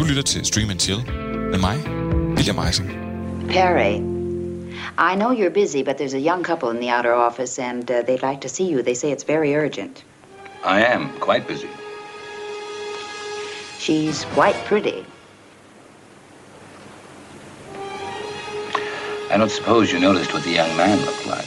Du lytter til Stream and Chill med mig, William Eising. Perry, I know you're busy, but there's a young couple in the outer office, and they'd like to see you. They say it's very urgent. I am quite busy. She's quite pretty. I don't suppose you noticed what the young man looked like.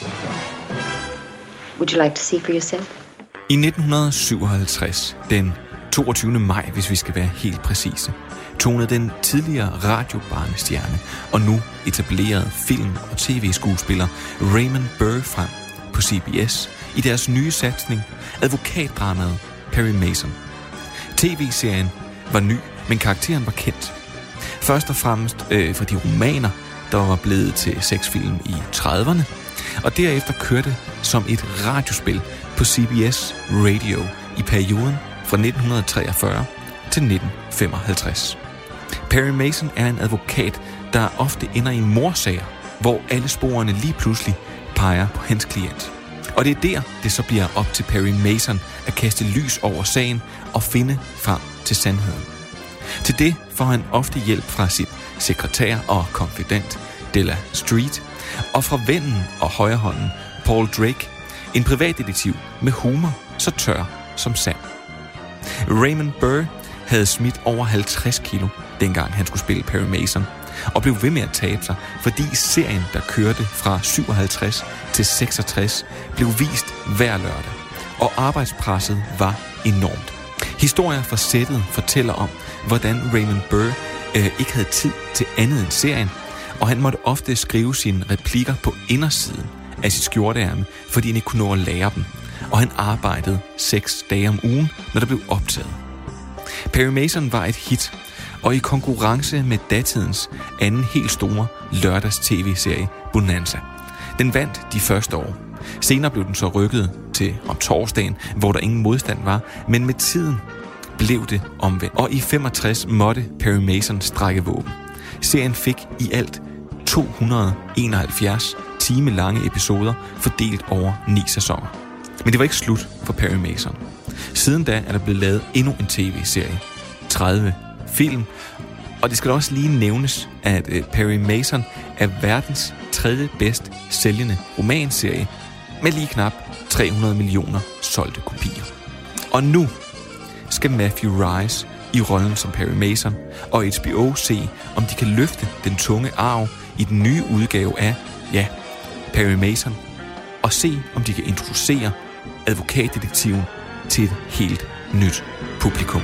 Would you like to see for yourself? I 1957, den 22. maj, hvis vi skal være helt præcise, tonede den tidligere radiobarnestjerne og nu etablerede film- og tv-skuespiller Raymond Burr frem på CBS i deres nye satsning, advokatdramaet Perry Mason. TV-serien var ny, men karakteren var kendt. Først og fremmest for de romaner, der var blevet til sexfilm i 30'erne, og derefter kørte som et radiospil på CBS Radio i perioden fra 1943 til 1955. Perry Mason er en advokat, der ofte ender i mordsager, hvor alle sporene lige pludselig peger på hans klient. Og det er der, det så bliver op til Perry Mason at kaste lys over sagen og finde frem til sandheden. Til det får han ofte hjælp fra sit sekretær og konfident Della Street, og fra vennen og højrehånden Paul Drake, en privatdetektiv med humor så tør som sand. Raymond Burr havde smidt over 50 kilo, dengang han skulle spille Perry Mason, og blev ved med at tabe sig, fordi serien, der kørte fra 57 til 66, blev vist hver lørdag, og arbejdspresset var enormt. Historier fra sættet fortæller om, hvordan Raymond Burr ikke havde tid til andet end serien, og han måtte ofte skrive sine replikker på indersiden af sit skjorteærme, fordi han ikke kunne nå at lære dem, og han arbejdede 6 dage om ugen, når der blev optaget. Perry Mason var et hit, og i konkurrence med datidens anden helt store lørdags-tv-serie Bonanza. Den vandt de første år. Senere blev den så rykket til om torsdagen, hvor der ingen modstand var, men med tiden blev det omvendt. Og i 65 måtte Perry Mason strække våben. Serien fik i alt 271 timelange episoder fordelt over 9 sæsoner. Men det var ikke slut for Perry Mason. Siden da er der blevet lavet endnu en tv-serie, 30 film, og det skal da også lige nævnes, at Perry Mason er verdens 3. bedst sælgende romanserie med lige knap 300 millioner solgte kopier. Og nu skal Matthew Rhys i rollen som Perry Mason og HBO se, om de kan løfte den tunge arv i den nye udgave af, Perry Mason, og se, om de kan introducere advokatdetektiven til et helt nyt publikum.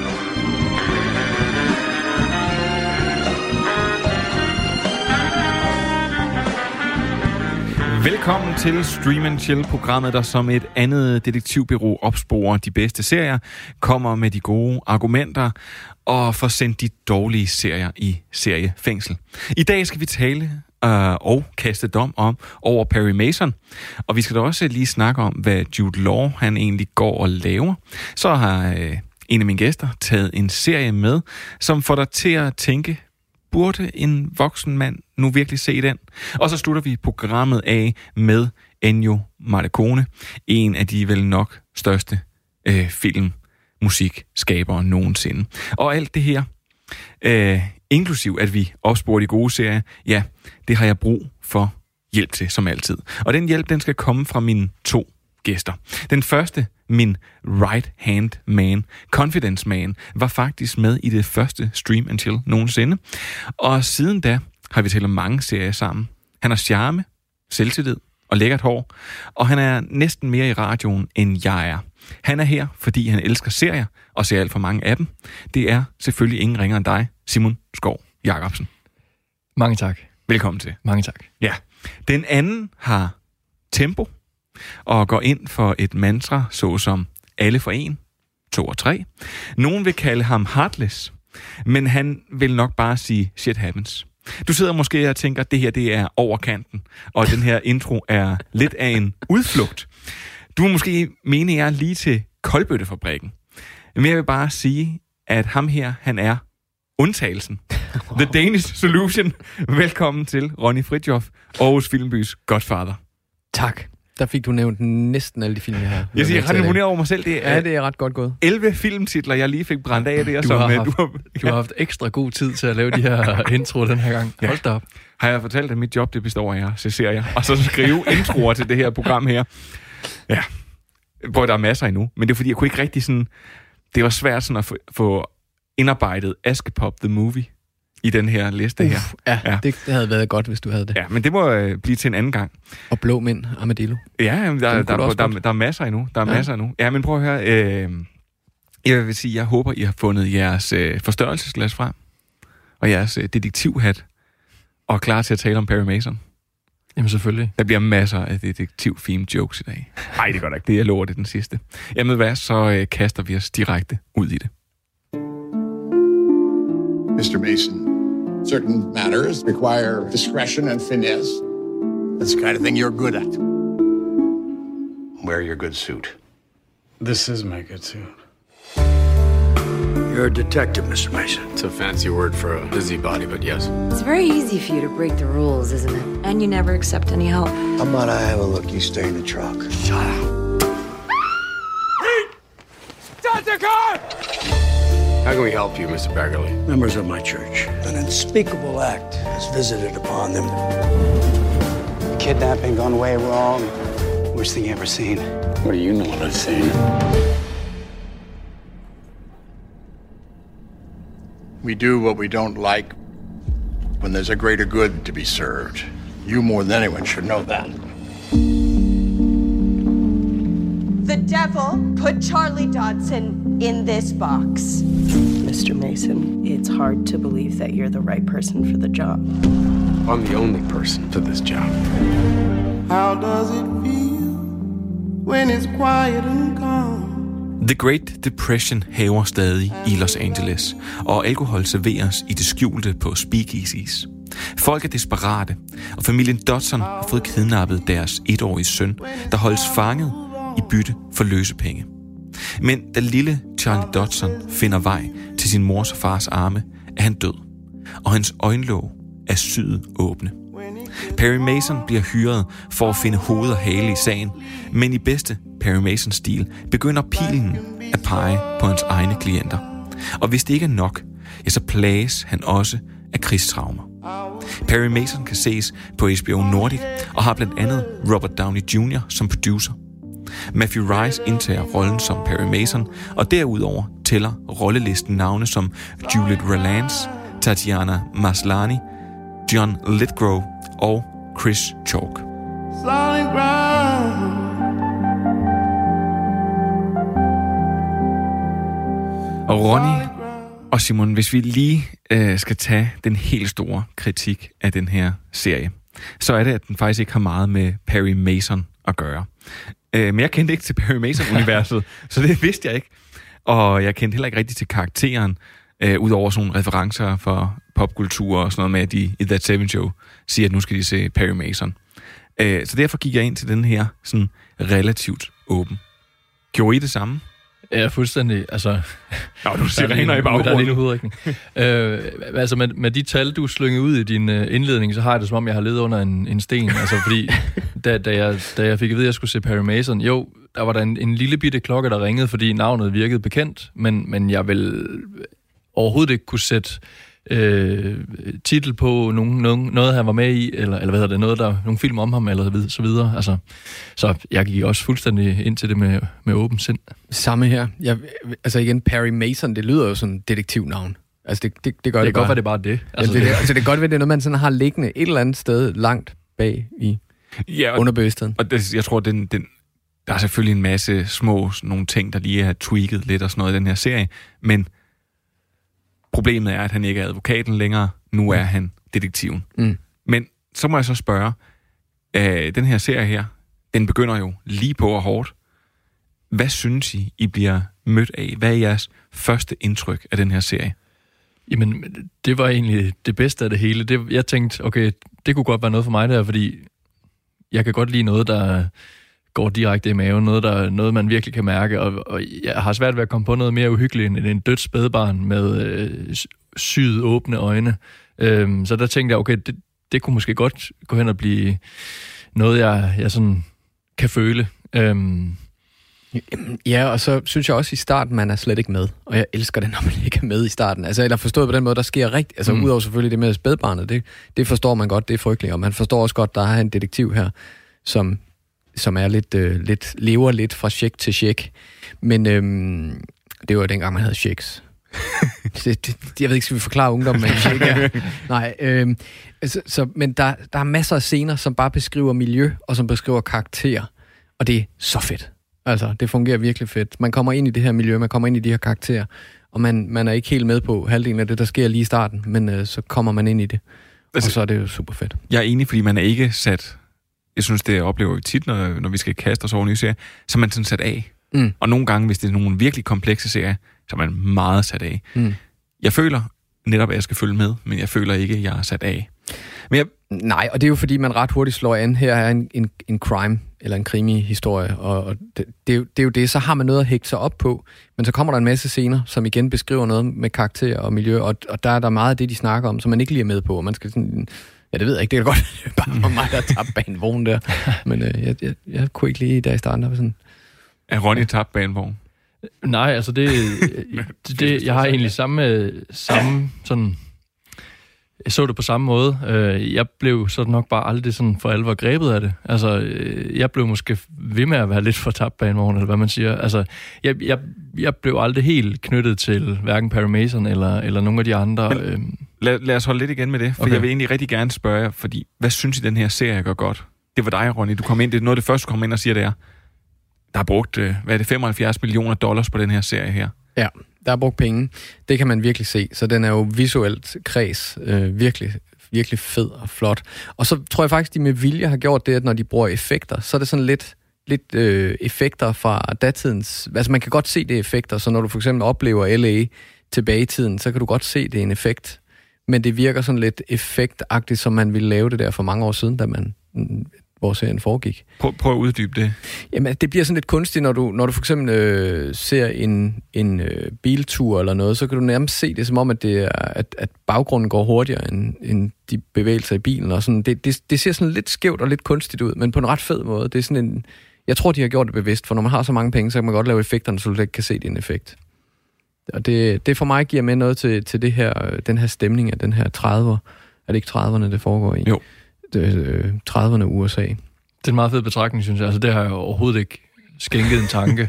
Velkommen til Stream and Chill-programmet, der som et andet detektivbureau opsporer de bedste serier, kommer med de gode argumenter og får sendt de dårlige serier i seriefængsel. I dag skal vi tale og kaste dom over Perry Mason, og vi skal da også lige snakke om, hvad Jude Law han egentlig går og laver. Så har en af mine gæster taget en serie med, som får dig til at tænke, burde en voksen mand nu virkelig se den? Og så slutter vi programmet af med Ennio Morricone, en af de vel nok største filmmusikskabere nogensinde. Og alt det her, inklusiv at vi opsporer de gode serier, ja, det har jeg brug for hjælp til, som altid. Og den hjælp, den skal komme fra mine 2 gæster. Den første, min right-hand man, confidence man, var faktisk med i det første Stream and Chill nogensinde. Og siden da har vi talt om mange serier sammen. Han har charme, selvtillid og lækkert hår, og han er næsten mere i radioen, end jeg er. Han er her, fordi han elsker serier, og ser alt for mange af dem. Det er selvfølgelig ingen ringer end dig, Simon Skov Jacobsen. Mange tak. Velkommen til. Mange tak. Ja. Den anden har tempo, og går ind for et mantra, såsom alle for 1, 2 og 3. Nogen vil kalde ham heartless, men han vil nok bare sige shit happens. Du sidder måske og tænker, at det her det er over kanten, og den her intro er lidt af en udflugt. Du må måske mene, at jeg er lige til Koldbøttefabrikken. Men jeg vil bare sige, at ham her, han er undtagelsen. Wow. The Danish Solution. Velkommen til Ronny Fridtjof, Aarhus Filmbys Godfather. Tak. Der fik du nævnt næsten alle de film, jeg har. Jeg er ret imponeret over mig selv. Det er ret godt gået. 11 filmtitler, jeg lige fik brændt af det. Du har haft ekstra god tid til at lave de her introer den her gang. Ja. Hold da op. Har jeg fortalt, at mit job det består af at se serier, og så skrive introer til det her program her. Ja, hvor der er masser endnu. Men det er fordi, jeg kunne ikke rigtig sådan... Det var svært sådan at få indarbejdet Askepop The Movie i den her liste her. Ja, det havde været godt, hvis du havde det. Ja, men det må blive til en anden gang. Og Blå Mænd, Armadillo. Ja, der er masser endnu. Ja, men prøv at høre. Jeg vil sige, jeg håber, I har fundet jeres forstørrelsesglas frem, og jeres detektivhat, og er klar til at tale om Perry Mason. Jamen selvfølgelig. Der bliver masser af detektiv-theme jokes i dag. Nej, det gør der ikke. Det jeg lover, det er den sidste. Jamen hvad, så kaster vi os direkte ud i det. Mr. Mason, certain matters require discretion and finesse. That's the kind of thing you're good at. Wear your good suit. This is my good suit. You're a detective, Mr. Mason. It's a fancy word for a busybody, but yes. It's very easy for you to break the rules, isn't it? And you never accept any help. How about I have a look? You stay in the truck. Shut up. Stop the car! How can we help you, Mr. Baggerly? Members of my church. An unspeakable act has visited upon them. Kidnapping gone way wrong. Worst thing you ever seen. What do you know what I've seen? We do what we don't like when there's a greater good to be served. You more than anyone should know that. The devil put Charlie Dodson in this box. Mr. Mason, it's hard to believe that you're the right person for the job. I'm the only person for this job. How does it feel when it's quiet and calm? The Great Depression hæver stadig i Los Angeles, og alkohol serveres i det skjulte på speakeasies. Folk er desperate, og familien Dodson har fået kidnappet deres 1-årige søn, der holdes fanget i bytte for løsepenge. Men da lille Charlie Dodson finder vej til sin mors og fars arme, er han død, og hans øjenlåg er syet åbne. Perry Mason bliver hyret for at finde hoved og hale i sagen, men i bedste Perry Mason-stil begynder pilen at pege på hans egne klienter. Og hvis det ikke er nok, ja, så plages han også af krigstraumer. Perry Mason kan ses på HBO Nordic og har blandt andet Robert Downey Jr. som producer. Matthew Rice indtager rollen som Perry Mason, og derudover tæller rollelisten navne som Juliet Rallance, Tatiana Maslany, John Lithgow og Chris Chalk. Og Ronny og Simon, hvis vi lige skal tage den helt store kritik af den her serie, så er det, at den faktisk ikke har meget med Perry Mason at gøre. Men jeg kendte ikke til Perry Mason-universet, så det vidste jeg ikke. Og jeg kendte heller ikke rigtig til karakteren, udover sådan nogle referencer for popkultur og sådan noget med, at de i That 7 Show siger, at nu skal de se Perry Mason. Så derfor gik jeg ind til den her sådan relativt åben. Gjorde I det samme? Ja, fuldstændig. Altså, du sirener i baggrunden. Der er lige en hovedrækning. Altså, med de tal, du slyngede ud i din indledning, så har jeg det, som om jeg har levet under en sten. Altså, fordi da jeg fik at vide, at jeg skulle se Perry Mason, jo, der var der en lille bitte klokke, der ringede, fordi navnet virkede bekendt, men jeg vil overhovedet ikke kunne sætte titel på noget, han var med i, eller hvad hedder det, nogle film om ham, eller så videre. Altså, så jeg gik også fuldstændig ind til det med åben sind. Samme her. Altså igen, Perry Mason, det lyder jo som en detektivnavn. Altså det gør det bare. Det kan godt være, det er bare det. Altså, det kan godt være, det er noget, man sådan har liggende et eller andet sted langt bag i underbevidstheden. Og jeg tror, der er selvfølgelig en masse små nogle ting, der lige er tweaked lidt og sådan noget i den her serie, men problemet er, at han ikke er advokaten længere. Nu er han detektiven. Mm. Men så må jeg så spørge, den her serie her, den begynder jo lige på og hårdt. Hvad synes I bliver mødt af? Hvad er jeres første indtryk af den her serie? Jamen, det var egentlig det bedste af det hele. Jeg tænkte, okay, det kunne godt være noget for mig der, fordi jeg kan godt lide noget, der går direkte i maven, noget man virkelig kan mærke, og jeg har svært ved at komme på noget mere uhyggeligt end en dødt spædbarn med syede åbne øjne. Så der tænkte jeg, okay, det kunne måske godt gå hen og blive noget, jeg sådan kan føle. Ja, og så synes jeg også i starten, man er slet ikke med. Og jeg elsker det, når man ikke er med i starten. Altså, eller forstået på den måde, der sker rigtigt. Altså, udover selvfølgelig det med spædbarnet, det forstår man godt, det er frygteligt. Og man forstår også godt, der er en detektiv her, som er lidt lever lidt fra check til check. Men det var jo dengang, man havde checks. Jeg ved ikke, skal vi forklare ungdommen, men check er. Nej, men der er masser af scener, som bare beskriver miljø, og som beskriver karakter. Og det er så fedt. Altså, det fungerer virkelig fedt. Man kommer ind i det her miljø, man kommer ind i de her karakterer, og man er ikke helt med på halvdelen af det, der sker lige i starten, men så kommer man ind i det. Altså, og så er det jo super fedt. Jeg er enig, fordi man er ikke sat... Jeg synes, det oplever vi tit, når vi skal kaste os over nye serier, så er man sådan sat af. Og nogle gange, hvis det er nogle virkelig komplekse serier, så er man meget sat af. Jeg føler netop, at jeg skal følge med, men jeg føler ikke, at jeg er sat af. Nej, og det er jo fordi, man ret hurtigt slår an. Her er en crime, eller en krimi-historie, og det er jo det. Så har man noget at hægte sig op på, men så kommer der en masse scener, som igen beskriver noget med karakter og miljø, og der er der meget af det, de snakker om, som man ikke lige er med på, og man skal sådan... Ja, det ved jeg ikke, det er godt bare for mig, der tabte banevognen der. Men jeg kunne ikke lige, da i starten, der var sådan... Er Ronny tabt banevognen? Nej, altså det jeg har egentlig samme sådan... Jeg så det på samme måde. Jeg blev så nok bare aldrig sådan for alvor grebet af det. Altså, jeg blev måske ved med at være lidt for tabt banevognen, eller hvad man siger. Altså, jeg blev aldrig helt knyttet til hverken Perry Mason eller nogle af de andre. Lad os holde lidt igen med det, for okay. Jeg vil egentlig rigtig gerne spørge jer, fordi hvad synes I, den her serie gør godt? Det var dig, Ronny. Du kom ind, det er noget af det første, du kom ind og siger, det er, der er brugt, hvad er det, $75 million på den her serie her. Ja, der er brugt penge. Det kan man virkelig se. Så den er jo visuelt kreds. Virkelig, virkelig fed og flot. Og så tror jeg faktisk, de med vilje har gjort det, at når de bruger effekter, så er det sådan lidt effekter fra datidens... Altså man kan godt se det effekter, så når du for eksempel oplever LA tilbage i tiden, så kan du godt se, det er en effekt. Men det virker sådan lidt effektagtigt, som man ville lave det der for mange år siden, da hvor serien foregik. Prøv at uddybe det. Jamen, det bliver sådan lidt kunstigt, når du for eksempel ser en biltur eller noget, så kan du nærmest se det som om, at det er, at baggrunden går hurtigere end de bevægelser i bilen. Og sådan. Det ser sådan lidt skævt og lidt kunstigt ud, men på en ret fed måde. Det er sådan jeg tror, de har gjort det bevidst, for når man har så mange penge, så kan man godt lave effekterne, så du ikke kan se din effekt. Og det for mig giver med noget til det her, den her stemning af den her 30'er. Er det ikke 30'erne, det foregår i? Jo. 30'erne USA. Det er en meget fed betragtning, synes jeg. Altså, det har jeg overhovedet ikke skænket en tanke.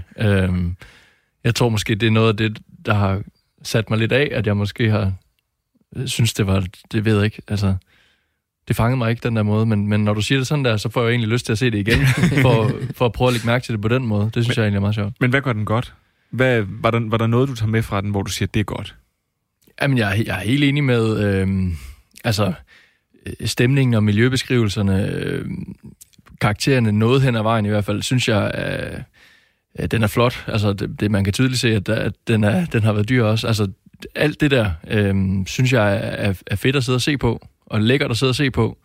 Jeg tror måske, det er noget af det, der har sat mig lidt af, at jeg måske har synes, det ved jeg ikke. Altså, det fangede mig ikke den der måde, men når du siger det sådan der, så får jeg egentlig lyst til at se det igen, for at prøve at lægge mærke til det på den måde. Det synes jeg egentlig er meget sjovt. Men hvad gør den godt? Var der noget, du tager med fra den, hvor du siger, det er godt? Jamen, jeg er helt enig med stemningen og miljøbeskrivelserne, karaktererne noget hen ad vejen i hvert fald, synes jeg, den er flot. Altså, det man kan tydeligt se, at den har været dyr også. Altså, alt det der, synes jeg er fedt at sidde og se på, og lækkert at sidde og se på.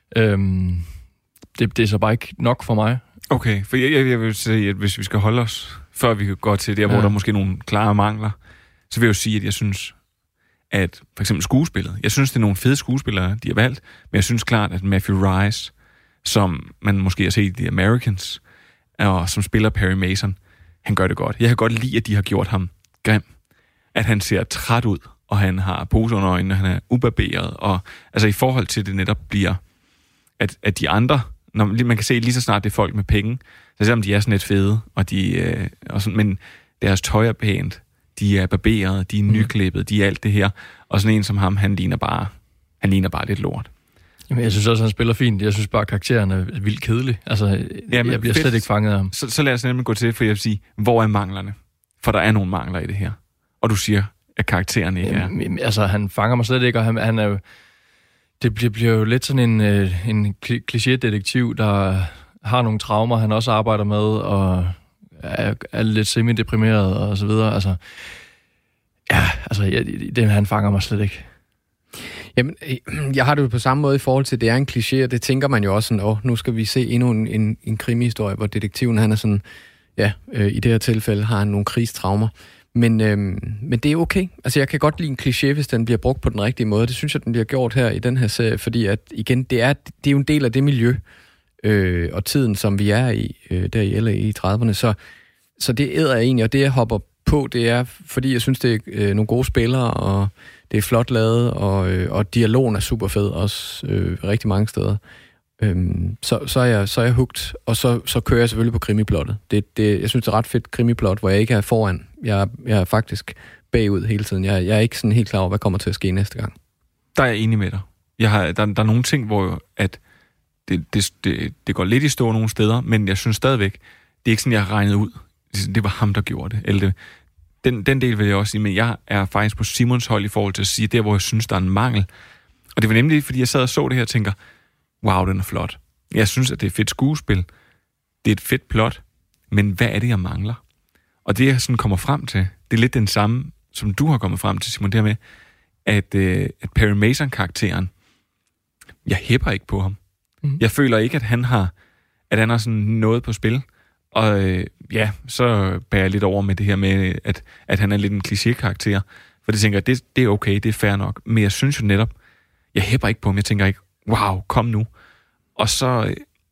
Det er så bare ikke nok for mig. Okay, for jeg vil sige, at hvis vi skal holde os, før vi går til der, hvor der er måske nogle klare mangler, så vil jeg jo sige, at jeg synes, at for eksempel skuespillet, jeg synes, det er nogle fede skuespillere, de har valgt, men jeg synes klart, at Matthew Rice, som man måske har set i The Americans, og som spiller Perry Mason, han gør det godt. Jeg kan godt lide, at de har gjort ham grim. At han ser træt ud, og han har pose under øjnene, og han er ubarberet, og altså i forhold til det netop bliver, at de andre, når man kan se lige så snart det er folk med penge, så selvom de er sådan lidt fede, og og sådan, men deres tøj er pænt, de er barberet, de er nyklippet, de er alt det her, og sådan en som ham, han ligner bare lidt lort. Jamen, jeg synes også, han spiller fint. Jeg synes bare, at karakteren er vildt kedelig. Altså, jeg bliver slet ikke fanget af ham. Så lad os nemlig gå til, for jeg vil sige, hvor er manglerne? For der er nogle mangler i det her. Og du siger, at karakteren ikke er... Jamen, altså, han fanger mig slet ikke, og han er jo... Det bliver jo lidt sådan en kliché-detektiv, der har nogle traumer, han også arbejder med, og er lidt semi-deprimeret og så videre. Altså, han fanger mig slet ikke. Jamen, jeg har det jo på samme måde i forhold til, at det er en kliché, og det tænker man jo også sådan, nu skal vi se endnu en krimihistorie, hvor detektiven, han er sådan, i det her tilfælde har han nogle krigstraumer. Men det er okay. Altså, jeg kan godt lide en kliché, hvis den bliver brugt på den rigtige måde. Det synes jeg, den bliver gjort her i den her serie, fordi at, igen, det er jo en del af det miljø, og tiden, som vi er i, der i LA i 30'erne. Så det æder jeg egentlig, og det jeg hopper på, det er, fordi jeg synes, det er nogle gode spillere, og det er flot lavet, og dialogen er super fed også rigtig mange steder. Så er jeg hooked, og så kører jeg selvfølgelig på krimiplottet. Jeg synes, det er ret fedt krimiplot, hvor jeg ikke er foran. Jeg er faktisk bagud hele tiden. Jeg er ikke sådan helt klar over, hvad kommer til at ske næste gang. Der er jeg enig med dig. Der er nogle ting, hvor at det går lidt i stå nogle steder, men jeg synes stadigvæk, det er ikke sådan, jeg har regnet ud. Det var ham, der gjorde det. Eller den del vil jeg også sige, men jeg er faktisk på Simons hold i forhold til at sige, der hvor jeg synes, der er en mangel. Og det var nemlig, fordi jeg sad og så det her og tænker, wow, den er flot. Jeg synes, at det er et fedt skuespil. Det er et fedt plot. Men hvad er det, jeg mangler? Og det, jeg sådan kommer frem til, det er lidt den samme, som du har kommet frem til, Simon, der med, at Perry Mason-karakteren, jeg hæpper ikke på ham. Jeg føler ikke, at han har sådan noget på spil. Og så bærer jeg lidt over med det her med, at han er lidt en kliché-karakter. For det tænker jeg, det er okay, det er fair nok. Men jeg synes jo netop, jeg hæpper ikke på ham. Jeg tænker ikke, wow, kom nu. Og så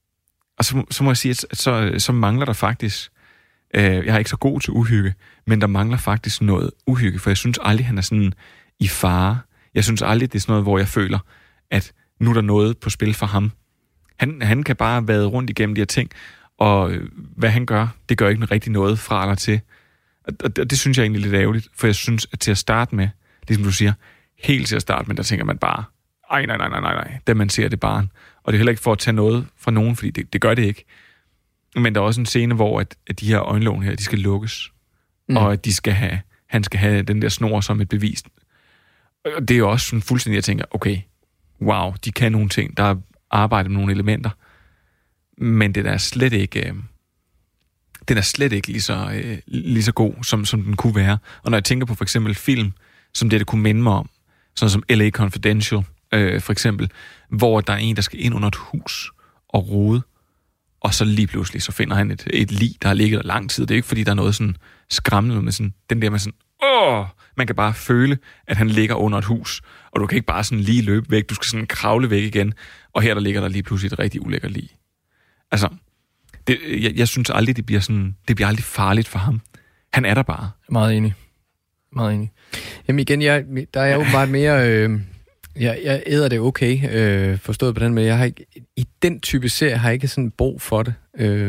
må jeg sige, at så mangler der faktisk, jeg er ikke så god til uhygge, men der mangler faktisk noget uhygge, for jeg synes aldrig, han er sådan i fare. Jeg synes aldrig, det er sådan noget, hvor jeg føler, at nu er der noget på spil for ham. Han kan bare vade rundt igennem de her ting, og hvad han gør, det gør ikke rigtig noget fra eller til. Og det synes jeg egentlig lidt ærgerligt, for jeg synes, at til at starte med, ligesom du siger, helt til at starte med, der tænker man bare, nej, da man ser det barn. Og det er heller ikke for at tage noget fra nogen, fordi det gør det ikke. Men der er også en scene, hvor at de her øjenlåg her, de skal lukkes. Og at han skal have den der snor som et bevis. Og det er jo også sådan fuldstændig, jeg tænker, okay, wow, de kan nogle ting. Der er arbejdet med nogle elementer. Men det er slet ikke... den er slet ikke lige så god, som den kunne være. Og når jeg tænker på for eksempel film, som det kunne minde mig om, sådan som L.A. Confidential, for eksempel, hvor der er en, der skal ind under et hus og rode, og så lige pludselig, så finder han et lig, der har ligget der lang tid. Det er ikke, fordi der er noget sådan skræmmende med sådan, den der med sådan, man kan bare føle, at han ligger under et hus, og du kan ikke bare sådan lige løbe væk, du skal sådan kravle væk igen, og her der ligger der lige pludselig et rigtig ulækkert lig. Altså, jeg synes aldrig, det bliver aldrig farligt for ham. Han er der bare. Meget enig. Jamen igen, der er åbenbart mere... jeg æder det okay, forstået på den måde. Jeg har ikke, i den type serie har jeg ikke sådan brug for det.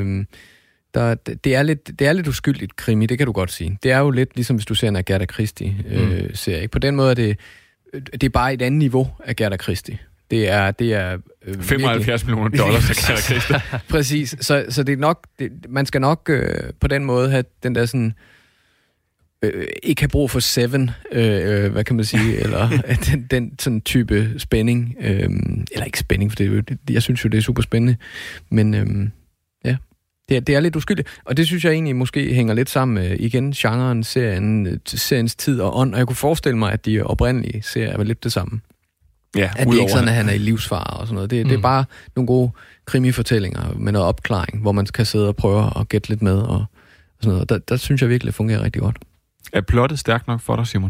Det er lidt uskyldigt krimi, det kan du godt sige. Det er jo lidt ligesom hvis du ser en Agatha Christie-serie. På den måde er det er bare et andet niveau af Agatha Christie. Det er $75 million Agatha Christie. Præcis. Så det er nok, man skal nok på den måde have den der sådan ikke have brug for Seven, hvad kan man sige, eller den sådan type spænding, eller ikke spænding, for jeg synes jo, det er super spændende, men ja, det er lidt uskyldigt, og det synes jeg egentlig måske hænger lidt sammen med, igen, genren, seriens tid og ånd, og jeg kunne forestille mig, at de oprindelige serier var lidt det samme. Ja, at det ikke sådan, at han er i livsfare og sådan noget. Det er bare nogle gode krimifortællinger med noget opklaring, hvor man kan sidde og prøve at gætte lidt med og sådan noget. Der synes jeg virkelig, det fungerer rigtig godt. Er plottet stærkt nok for dig, Simon?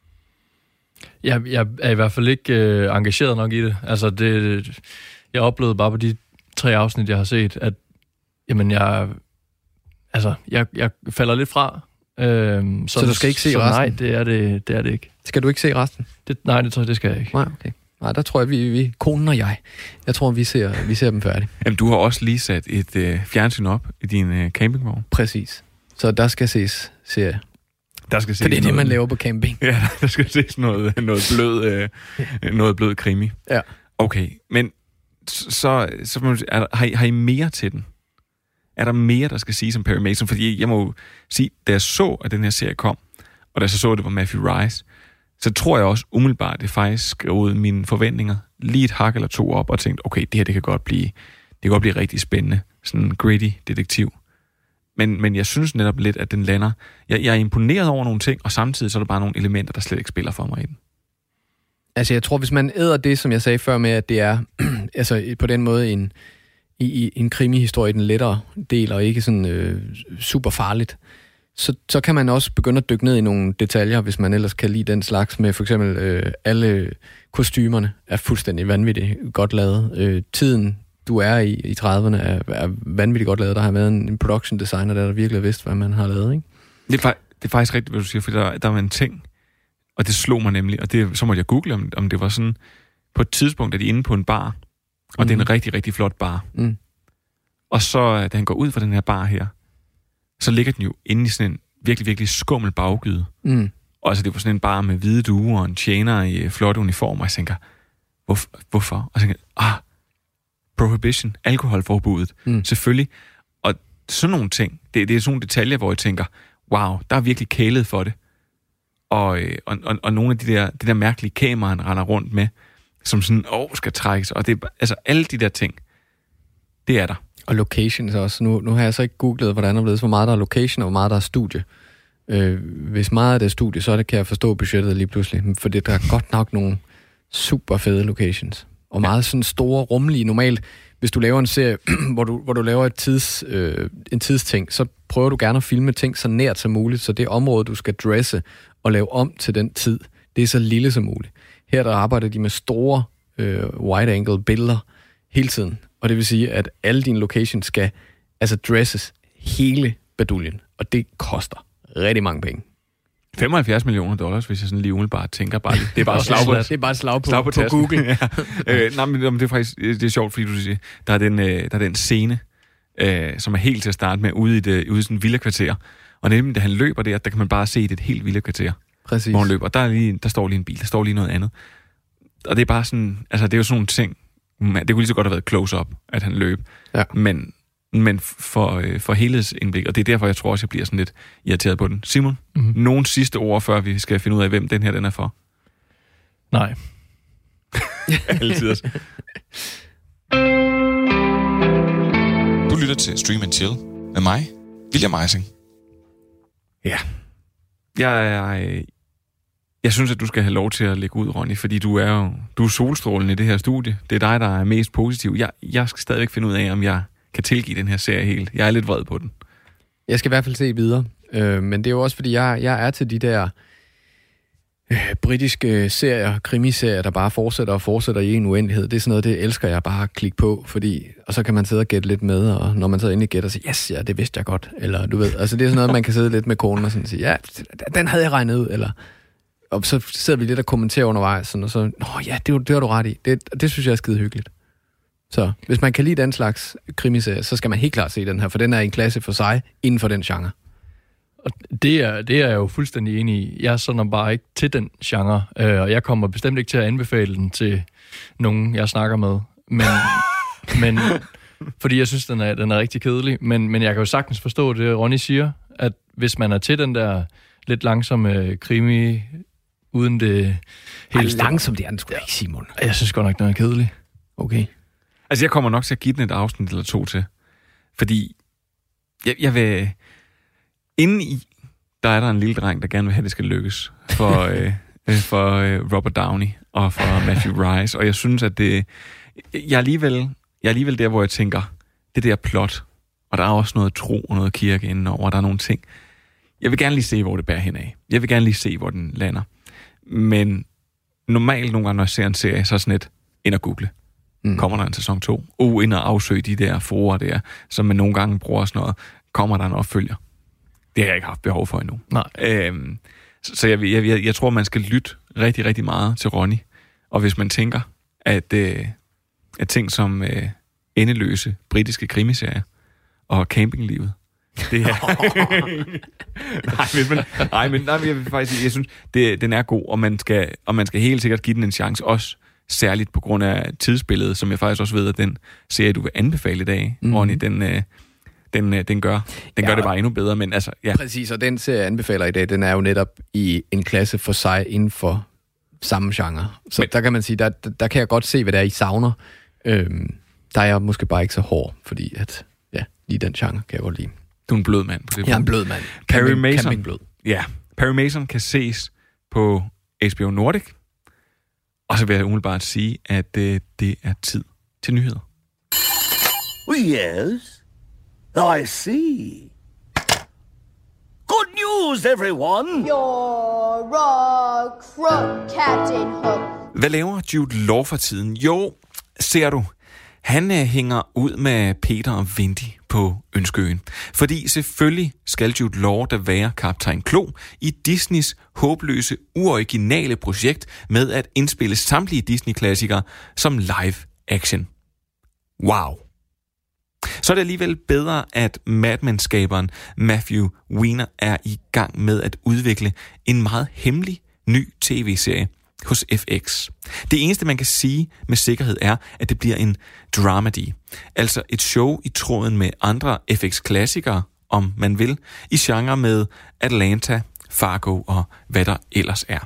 Jeg er i hvert fald ikke engageret nok i det. Altså, jeg oplevede bare på de 3 afsnit, jeg har set, at jamen, jeg falder lidt fra. Så du skal ikke se resten? Nej, det er det ikke. Skal du ikke se resten? Nej, det skal jeg ikke. Nej, okay. Nej, der tror jeg, vi konen og jeg tror, vi ser dem færdige. Jamen, du har også lige sat et fjernsyn op i din campingvogn. Præcis. Så der skal ses serie. Der skal ses. For det er det, man laver på camping. Ja, der skal ses noget blød krimi. Ja. Okay, men så har I mere til den? Er der mere, der skal sige som Perry Mason? Fordi jeg må sige, da jeg så, at den her serie kom, og da jeg så, at det var Matthew Rice, så tror jeg også umiddelbart, at det faktisk skrev mine forventninger lige et hak eller 2 op, og tænkte, okay, det her det kan godt blive rigtig spændende. Sådan en gritty detektiv. Men jeg synes netop lidt, at den lander. Jeg er imponeret over nogle ting, og samtidig så er der bare nogle elementer, der slet ikke spiller for mig i den. Altså, jeg tror, hvis man æder det, som jeg sagde før med, at det er altså på den måde en krimihistorie, den lettere del, og ikke sådan super farligt, så kan man også begynde at dykke ned i nogle detaljer, hvis man ellers kan lide den slags med, for eksempel alle kostymerne er fuldstændig vanvittigt godt lavet. Tiden du er i 30'erne, er vanvittigt godt lavet. Der har været en production designer, der virkelig vidst, hvad man har lavet, ikke? Det er faktisk rigtigt, hvad du siger, for der var en ting, og det slog mig nemlig, og så måtte jeg google, om det var sådan, på et tidspunkt er de inde på en bar, og det er en rigtig, rigtig flot bar. Mm. Og så, da han går ud fra den her bar her, så ligger den jo inde i sådan en virkelig, virkelig skummel baggyde. Mm. Og altså, det var sådan en bar med hvide duer og en tjener i flotte uniformer, og jeg tænker, hvorfor? Og så tænker prohibition, alkoholforbuddet, selvfølgelig. Og sådan nogle ting, det er sådan nogle detaljer, hvor jeg tænker, wow, der er virkelig kælet for det. Og nogle af de der mærkelige kameraer, han render rundt med, som sådan, skal trækkes, og det er, altså alle de der ting, det er der. Og locations også. Nu har jeg så ikke googlet, hvordan der er blevet, hvor meget der er location, og hvor meget der er studie. Hvis meget af det er studie, så kan jeg forstå budgettet lige pludselig, for der er godt nok nogle super fede locations. Og meget sådan store, rummelige. Normalt, hvis du laver en serie, hvor du laver en tidsting, så prøver du gerne at filme ting så nært som muligt, så det område, du skal dresse og lave om til den tid, det er så lille som muligt. Her der arbejder de med store wide-angle billeder hele tiden. Og det vil sige, at alle dine locations skal altså dresses hele baduljen. Og det koster rigtig mange penge. $75 million, hvis jeg sådan lige umiddelbart tænker bare lidt. Det er bare slag på, det er bare slag på Google. Nej, men det er faktisk det er sjovt, fordi du siger, der er den scene, som er helt til at starte med ude i sådan et villakvarter. Og nemlig, da han løber der kan man bare se et helt villakvarter. Præcis. Hvor han løber. Der står lige en bil, der står lige noget andet. Og det er bare sådan, altså det er jo sådan nogle ting, det kunne lige så godt have været close-up, at han løb. Ja. Men for helhedsindblik, og det er derfor, jeg tror også, jeg bliver sådan lidt irriteret på den. Simon, nogle sidste ord, før vi skal finde ud af, hvem den er for? Nej. Altid. Du lytter til Stream & Chill med mig, William Eising. Ja. Jeg synes, at du skal have lov til at lægge ud, Ronny, fordi du er solstrålen i det her studie. Det er dig, der er mest positiv. Jeg skal stadigvæk finde ud af, om jeg kan tilgive den her serie helt. Jeg er lidt vred på den. Jeg skal i hvert fald se videre. Men det er jo også, fordi jeg er til de der britiske serier, krimiserier, der bare fortsætter og fortsætter i en uendelighed. Det er sådan noget, det elsker jeg bare at klikke på, og så kan man sidde og gætte lidt med, og når man så endelig gætter, så yes, ja, det vidste jeg godt. Eller du ved, altså det er sådan noget, man kan sidde lidt med konen og sådan sige, ja, den havde jeg regnet ud, eller... Og så sidder vi lidt og kommenterer undervejs, sådan, og så, ja, det har du ret i. Det synes jeg er skide hyggeligt. Så hvis man kan lide den slags krimiserie, så skal man helt klart se den her, for den er en klasse for sig, inden for den genre. Og det er jeg jo fuldstændig enig i. Jeg er sådan bare ikke til den genre, og jeg kommer bestemt ikke til at anbefale den til nogen, jeg snakker med. Men fordi jeg synes, den er rigtig kedelig. Men jeg kan jo sagtens forstå det, Ronny siger, at hvis man er til den der lidt langsomme krimi, uden det helt... Langsomt, det er den sgu ikke, Simon. Jeg synes godt nok, den er kedelig. Okay. Altså, jeg kommer nok til at give den et afsnit eller to til. Fordi jeg vil... Inden i, der er der en lille dreng, der gerne vil have, at det skal lykkes for Robert Downey og for Matthew Rice. Og jeg synes, at det... Jeg er alligevel der, hvor jeg tænker, det der plot, og der er også noget tro og noget kirke indenover, og der er nogle ting. Jeg vil gerne lige se, hvor det bærer henad. Jeg vil gerne lige se, hvor den lander. Men normalt nogle gange, når jeg ser en serie, så er sådan et ind og google. Kommer der en sæson 2? Ind og afsøge de der forer der, som man nogle gange bruger sådan noget. Kommer der en opfølger? Det har jeg ikke haft behov for endnu. Nej. Så jeg tror, man skal lytte rigtig, rigtig meget til Ronny. Og hvis man tænker, at ting som endeløse britiske krimiserier og campinglivet, det er... jeg synes, den er god, og man skal helt sikkert give den en chance, også særligt på grund af tidsbilledet, som jeg faktisk også ved, at den serie, du vil anbefale i dag, Ronny, den gør det bare endnu bedre, men altså, ja. Præcis, og den serie, jeg anbefaler i dag, den er jo netop i en klasse for sig inden for samme genre. Så der kan man sige, der kan jeg godt se, hvad det er, I savner. Der er jeg måske bare ikke så hård, fordi at, ja, lige den genre kan jeg godt lide. Du er en blød mand på det. Jeg er en blød mand. Perry Mason. Campingblød. Ja, Perry Mason kan ses på HBO Nordic. Og så vil jeg umiddelbart sige, at det er tid til nyheder. Yes, I see. Good news, everyone! You're a crook, Captain Hook. Hvad laver Jude Law for tiden? Jo, ser du, Han hænger ud med Peter og Wendy på Ønskeøen. Fordi selvfølgelig skal Jude Law da være kaptajn Klo i Disneys håbløse, uoriginale projekt med at indspille samtlige Disney-klassikere som live action. Wow! Så er det alligevel bedre, at Mad Men-skaberen Matthew Weiner er i gang med at udvikle en meget hemmelig ny tv-serie hos FX. Det eneste, man kan sige med sikkerhed, er, at det bliver en dramedy. Altså et show i tråden med andre FX-klassikere, om man vil, i genre med Atlanta, Fargo og hvad der ellers er.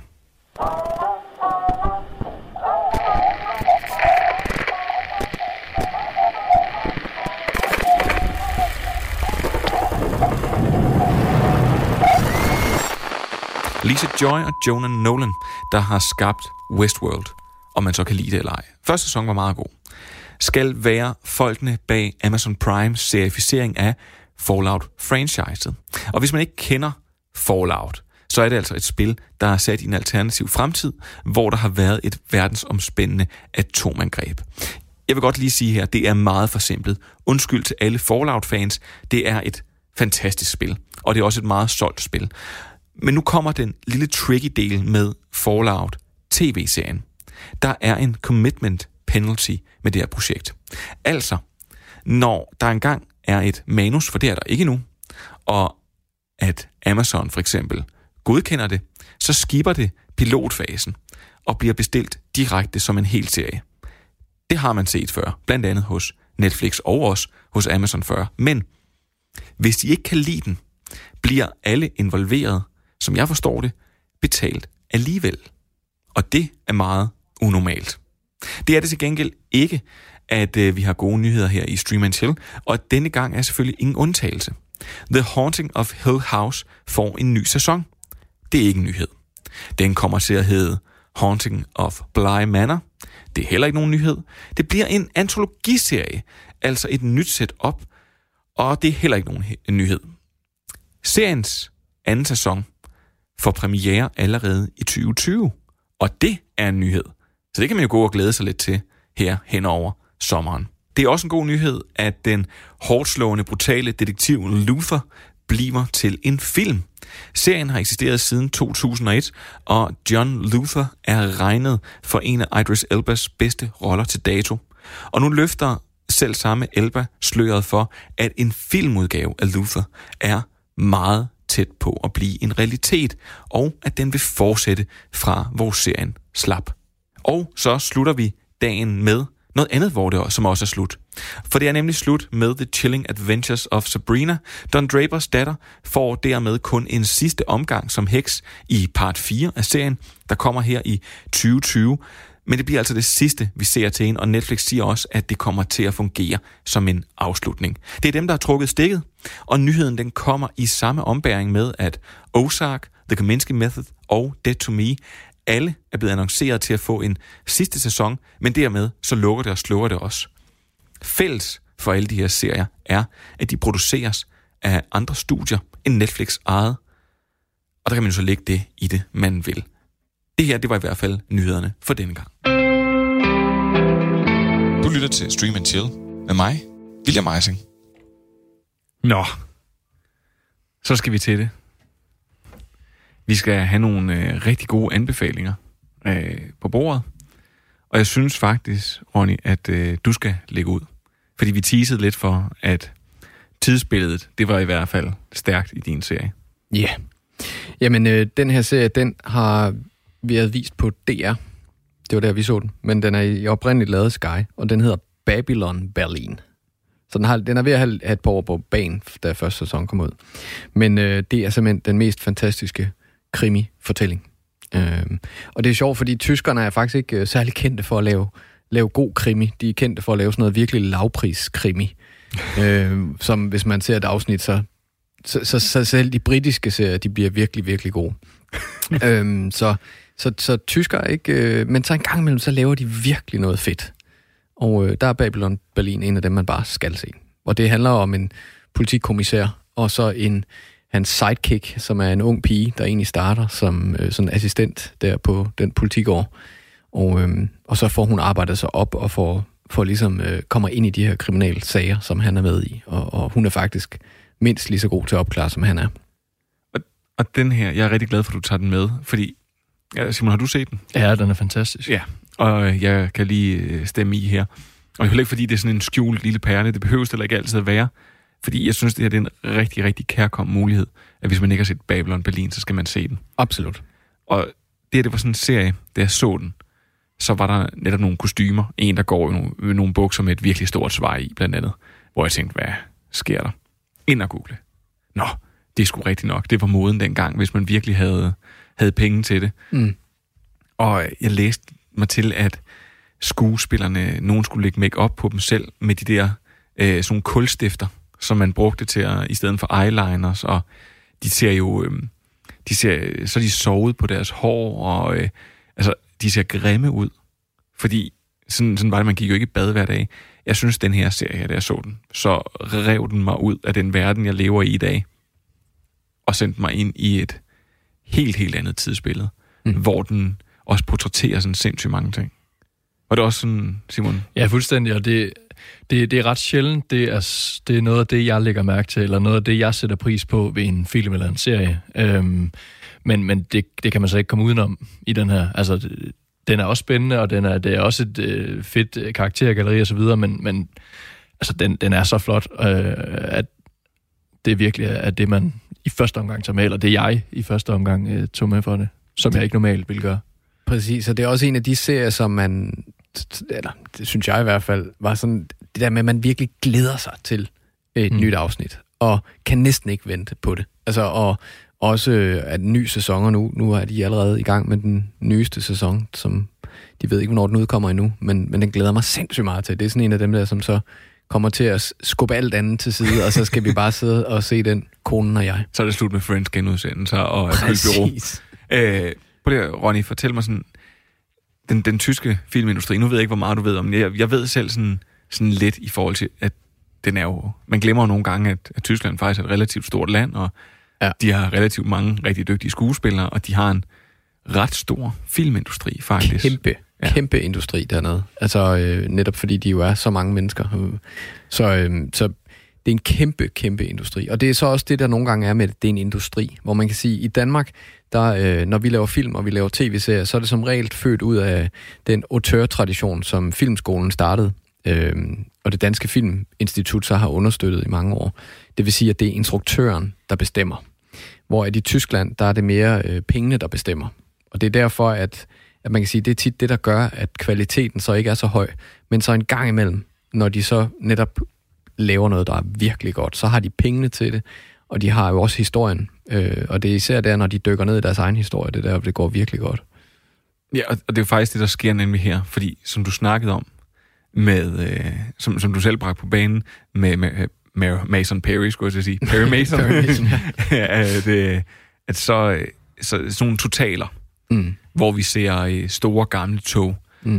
Lisa Joy og Jonah Nolan, der har skabt Westworld, om man så kan lide det eller ej. Første sæson var meget god. Skal være folkene bag Amazon Primes serificering af Fallout-franchiset. Og hvis man ikke kender Fallout, så er det altså et spil, der er sat i en alternativ fremtid, hvor der har været et verdensomspændende atomangreb. Jeg vil godt lige sige her, det er meget forsimplet. Undskyld til alle Fallout-fans, det er et fantastisk spil, og det er også et meget solgt spil. Men nu kommer den lille tricky del med Fallout TV-serien. Der er en commitment penalty med det her projekt. Altså, når der engang er et manus, for det er der ikke nu, og at Amazon for eksempel godkender det, så skipper det pilotfasen og bliver bestilt direkte som en hel serie. Det har man set før, blandt andet hos Netflix og også hos Amazon før. Men hvis de ikke kan lide den, bliver alle involveret, som jeg forstår det, betalt alligevel. Og det er meget unormalt. Det er det til gengæld ikke, at vi har gode nyheder her i Stream & Chill, og denne gang er selvfølgelig ingen undtagelse. The Haunting of Hill House får en ny sæson. Det er ikke en nyhed. Den kommer til at hedde Haunting of Bly Manor. Det er heller ikke nogen nyhed. Det bliver en antologiserie, altså et nyt setup, og det er heller ikke nogen nyhed. Seriens anden sæson får premiere allerede i 2020, og det er en nyhed. Så det kan man jo gå og glæde sig lidt til her hen over sommeren. Det er også en god nyhed, at den hårdslående, brutale detektiv Luther bliver til en film. Serien har eksisteret siden 2001, og John Luther er regnet for en af Idris Elbas bedste roller til dato. Og nu løfter selv samme Elba sløret for, at en filmudgave af Luther er meget tæt på at blive en realitet, og at den vil fortsætte fra, hvor serien slap. Og så slutter vi dagen med noget andet, som også er slut. For det er nemlig slut med The Chilling Adventures of Sabrina. Don Drapers datter får dermed kun en sidste omgang som heks i part 4 af serien, der kommer her i 2020. Men det bliver altså det sidste, vi ser til hende, og Netflix siger også, at det kommer til at fungere som en afslutning. Det er dem, der har trukket stikket, og nyheden den kommer i samme ombæring med, at Ozark, The Kominsky Method og Dead to Me alle er blevet annonceret til at få en sidste sæson, men dermed så lukker det og slukker det også. Fælles for alle de her serier er, at de produceres af andre studier end Netflix eget, og der kan man jo så lægge det i det, man vil. Det her, det var i hvert fald nyhederne for denne gang. Du lytter til Stream & Chill med mig, William Eising. Nå, så skal vi til det. Vi skal have nogle rigtig gode anbefalinger på bordet. Og jeg synes faktisk, Ronny, at du skal lægge ud. Fordi vi teasede lidt for, at tidsbilledet, det var i hvert fald stærkt i din serie. Ja. Yeah. Jamen, den her serie, den har været vist på DR. Det var der, vi så den. Men den er i oprindeligt lavet Sky, og den hedder Babylon Berlin. Så den er ved at have et par år på banen, da første sæson kom ud. Men det er simpelthen den mest fantastiske krimi-fortælling. Og det er sjovt, fordi tyskerne er faktisk ikke særlig kendte for at lave god krimi. De er kendte for at lave sådan noget virkelig lavpris-krimi. Som hvis man ser et afsnit, så selv de britiske serier, de bliver virkelig, virkelig gode. Så tysker ikke... men så en gang imellem, så laver de virkelig noget fedt. Og der er Babylon Berlin en af dem, man bare skal se. Og det handler om en politikommissær, og så hans sidekick, som er en ung pige, der egentlig starter som sådan assistent der på den politigård. Og så får hun arbejdet sig op og for ligesom kommer ind i de her kriminelle sager, som han er med i. Og hun er faktisk mindst lige så god til at opklare, som han er. Og den her, jeg er rigtig glad for, at du tager den med, fordi, Simon, har du set den? Ja, den er fantastisk. Ja, og jeg kan lige stemme i her. Og heller ikke, fordi det er sådan en skjult lille perle, det behøves heller ikke altid at være, fordi jeg synes, det her det er en rigtig, rigtig kærkommen mulighed, at hvis man ikke har set Babylon Berlin, så skal man se den. Absolut. Og det var sådan en serie, da jeg så den, så var der netop nogle kostymer, en der går i nogle bukser med et virkelig stort svar i, blandt andet, hvor jeg tænkte, hvad sker der? Ind og google. Nå, det er sgu rigtigt nok. Det var moden dengang, hvis man virkelig havde penge til det. Mm. Og jeg læste mig til, at skuespillerne, nogen skulle lægge make-up på dem selv med de der sådan nogle kulstifter, som man brugte til i stedet for eyeliners, og de ser jo, så er de sovet på deres hår, og altså, de ser grimme ud, fordi sådan var det, man gik jo ikke i bad hver dag. Jeg synes, den her serie, da jeg så den, så rev den mig ud af den verden, jeg lever i dag, og sendte mig ind i et helt, helt andet tidsbillede, hvor den også portrætterer sådan sindssygt mange ting. Var det også sådan, Simon? Ja, fuldstændig, og det er ret sjældent. Det er noget af det, jeg lægger mærke til, eller noget af det, jeg sætter pris på ved en film eller en serie. Men det kan man så ikke komme udenom i den her. Altså, den er også spændende, og det er også et fedt karaktergalleri og så videre, men altså, den er så flot, at det virkelig er det, man i første omgang tager med, eller det jeg i første omgang tog med for det, som jeg ikke normalt ville gøre. Præcis, og det er også en af de serier, som man, eller det synes jeg i hvert fald, var sådan, det der med, at man virkelig glæder sig til et nyt afsnit, og kan næsten ikke vente på det. Altså, og også at en ny sæson, og nu er de allerede i gang med den nyeste sæson, som de ved ikke, hvornår den udkommer endnu, men den glæder mig sindssygt meget til. Det er sådan en af dem der, som så kommer til at skubbe alt andet til side, og så skal vi bare sidde og se den, konen og jeg. Så er det slut med Friends genudsendelser og Præcis. Prøv lige, Ronny, fortæl mig sådan, den tyske filmindustri, nu ved jeg ikke, hvor meget du ved om det. Jeg ved selv sådan lidt i forhold til, at den er jo, man glemmer jo nogle gange, at Tyskland faktisk er et relativt stort land, og de har relativt mange rigtig dygtige skuespillere, og de har en ret stor filmindustri, faktisk. Kæmpe industri dernede. Altså, netop fordi de jo er så mange mennesker. Så det er en kæmpe industri. Og det er så også det, der nogle gange er med det er en industri, hvor man kan sige, i Danmark, der, når vi laver film og vi laver tv-serier, så er det som regel født ud af den auteur-tradition, som Filmskolen startede, og det Danske Filminstitut så har understøttet i mange år. Det vil sige, at det er instruktøren, der bestemmer. Hvor i Tyskland, der er det mere pengene, der bestemmer. Og det er derfor, at man kan sige, det er tit det, der gør, at kvaliteten så ikke er så høj. Men så en gang imellem, når de så netop laver noget, der er virkelig godt, så har de pengene til det, og de har jo også historien. Og det er især der, når de dykker ned i deres egen historie, det der, det går virkelig godt. Ja, og det er jo faktisk det, der sker nemlig her, fordi som du snakkede om, med, som du selv bragte på banen, med Mason Perry, skulle jeg sige. Perry Mason. at så sådan nogle totaler, hvor vi ser store gamle tog,